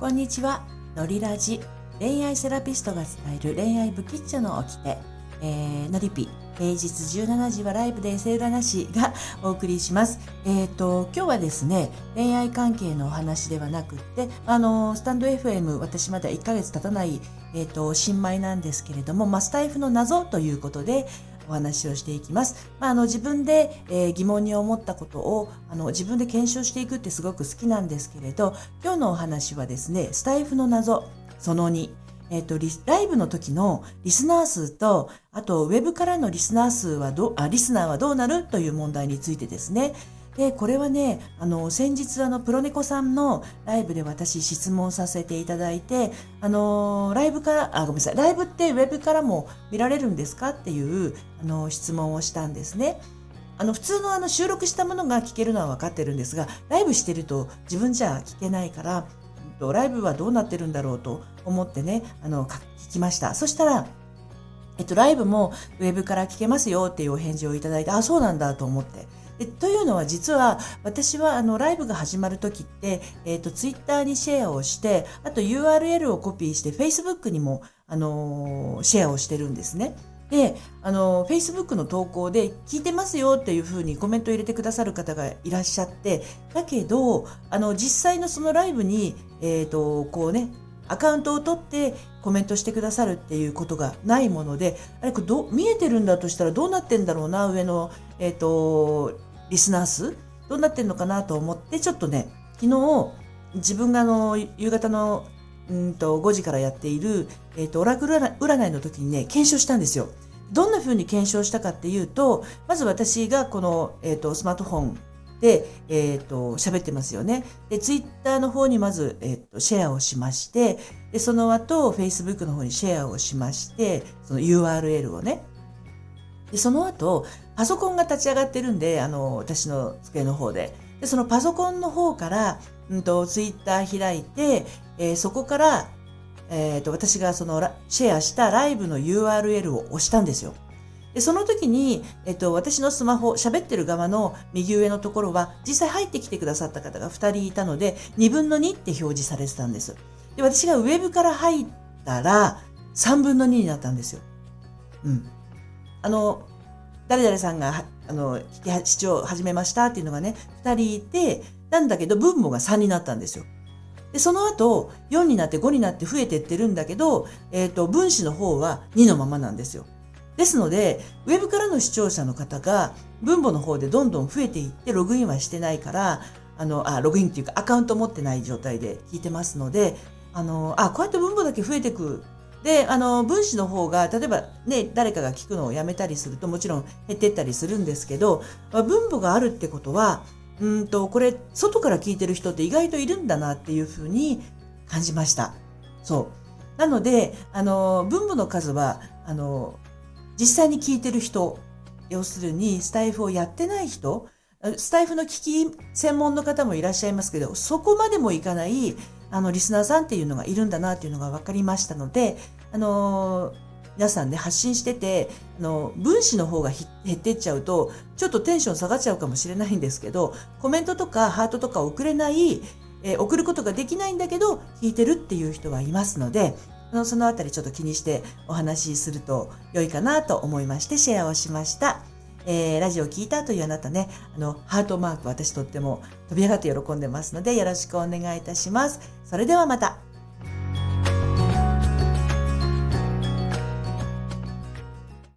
こんにちは。のりラジ、恋愛セラピストが伝える恋愛不吉祥の掟、のりぴ、平日17時はライブでセールなしがお送りします。今日はですね、恋愛関係のお話ではなくって、スタンド FM、私まだ1ヶ月経たない、新米なんですけれども、スタイフの謎ということで、お話をしていきます。自分で、疑問に思ったことを自分で検証していくってすごく好きなんですけれど、今日のお話はですね、スタイフの謎その2、ライブの時のリスナー数と、あとウェブからのリスナーはどうなるという問題についてですね。で、これはね、先日プロネコさんのライブで私質問させていただいて、ライブってウェブからも見られるんですかっていう、質問をしたんですね。普通の収録したものが聞けるのは分かってるんですが、ライブしてると自分じゃ聞けないから、ライブはどうなってるんだろうと思ってね、聞きました。そしたら、ライブもウェブから聞けますよっていうお返事をいただいて、そうなんだと思って。というのは実は私はライブが始まるときって、ツイッターにシェアをして、あと URL をコピーして Facebook にも、シェアをしてるんですね。で、Facebook の投稿で聞いてますよっていうふうにコメントを入れてくださる方がいらっしゃって、だけど、実際のそのライブに、アカウントを取ってコメントしてくださるっていうことがないもので、見えてるんだとしたらどうなってんだろうな、上の、リスナー数どうなってんのかなと思って、ちょっとね、昨日、自分が夕方の5時からやっている、オラクル占いの時にね、検証したんですよ。どんな風に検証したかっていうと、まず私がこの、スマートフォンで、喋ってますよね。で、ツイッターの方にまず、シェアをしまして、で、その後、Facebook の方にシェアをしまして、その URL をね。で、その後、パソコンが立ち上がってるんで、私の机の方で。で、そのパソコンの方から、ツイッター開いて、そこから、私がそのシェアしたライブの URL を押したんですよ。で、その時に、私のスマホ、喋ってる側の右上のところは、実際入ってきてくださった方が2人いたので、2分の2って表示されてたんです。で、私がウェブから入ったら、3分の2になったんですよ。うん。誰々さんが、視聴始めましたっていうのがね、2人いて、なんだけど、分母が3になったんですよ。で、その後、4になって5になって増えてってるんだけど、分子の方は2のままなんですよ。ですので、ウェブからの視聴者の方が分母の方でどんどん増えていってログインはしてないから、ログインっていうかアカウント持ってない状態で聞いてますので、こうやって分母だけ増えていく。で、分子の方が、例えばね、誰かが聞くのをやめたりするともちろん減っていったりするんですけど、分母があるってことは、これ、外から聞いてる人って意外といるんだなっていうふうに感じました。そう。なので、分母の数は、実際に聞いてる人、要するにスタイフをやってない人、スタイフの聞き専門の方もいらっしゃいますけど、そこまでもいかない、リスナーさんっていうのがいるんだなっていうのが分かりましたので、皆さんね、発信してて、分子の方が減っていっちゃうと、ちょっとテンション下がっちゃうかもしれないんですけど、コメントとかハートとか送れない、送ることができないんだけど、聞いてるっていう人はいますので、そのあたりちょっと気にしてお話しすると良いかなと思いましてシェアをしました。ラジオを聞いたというあなたね、ハートマーク私とっても飛び上がって喜んでますのでよろしくお願いいたします。それではまた。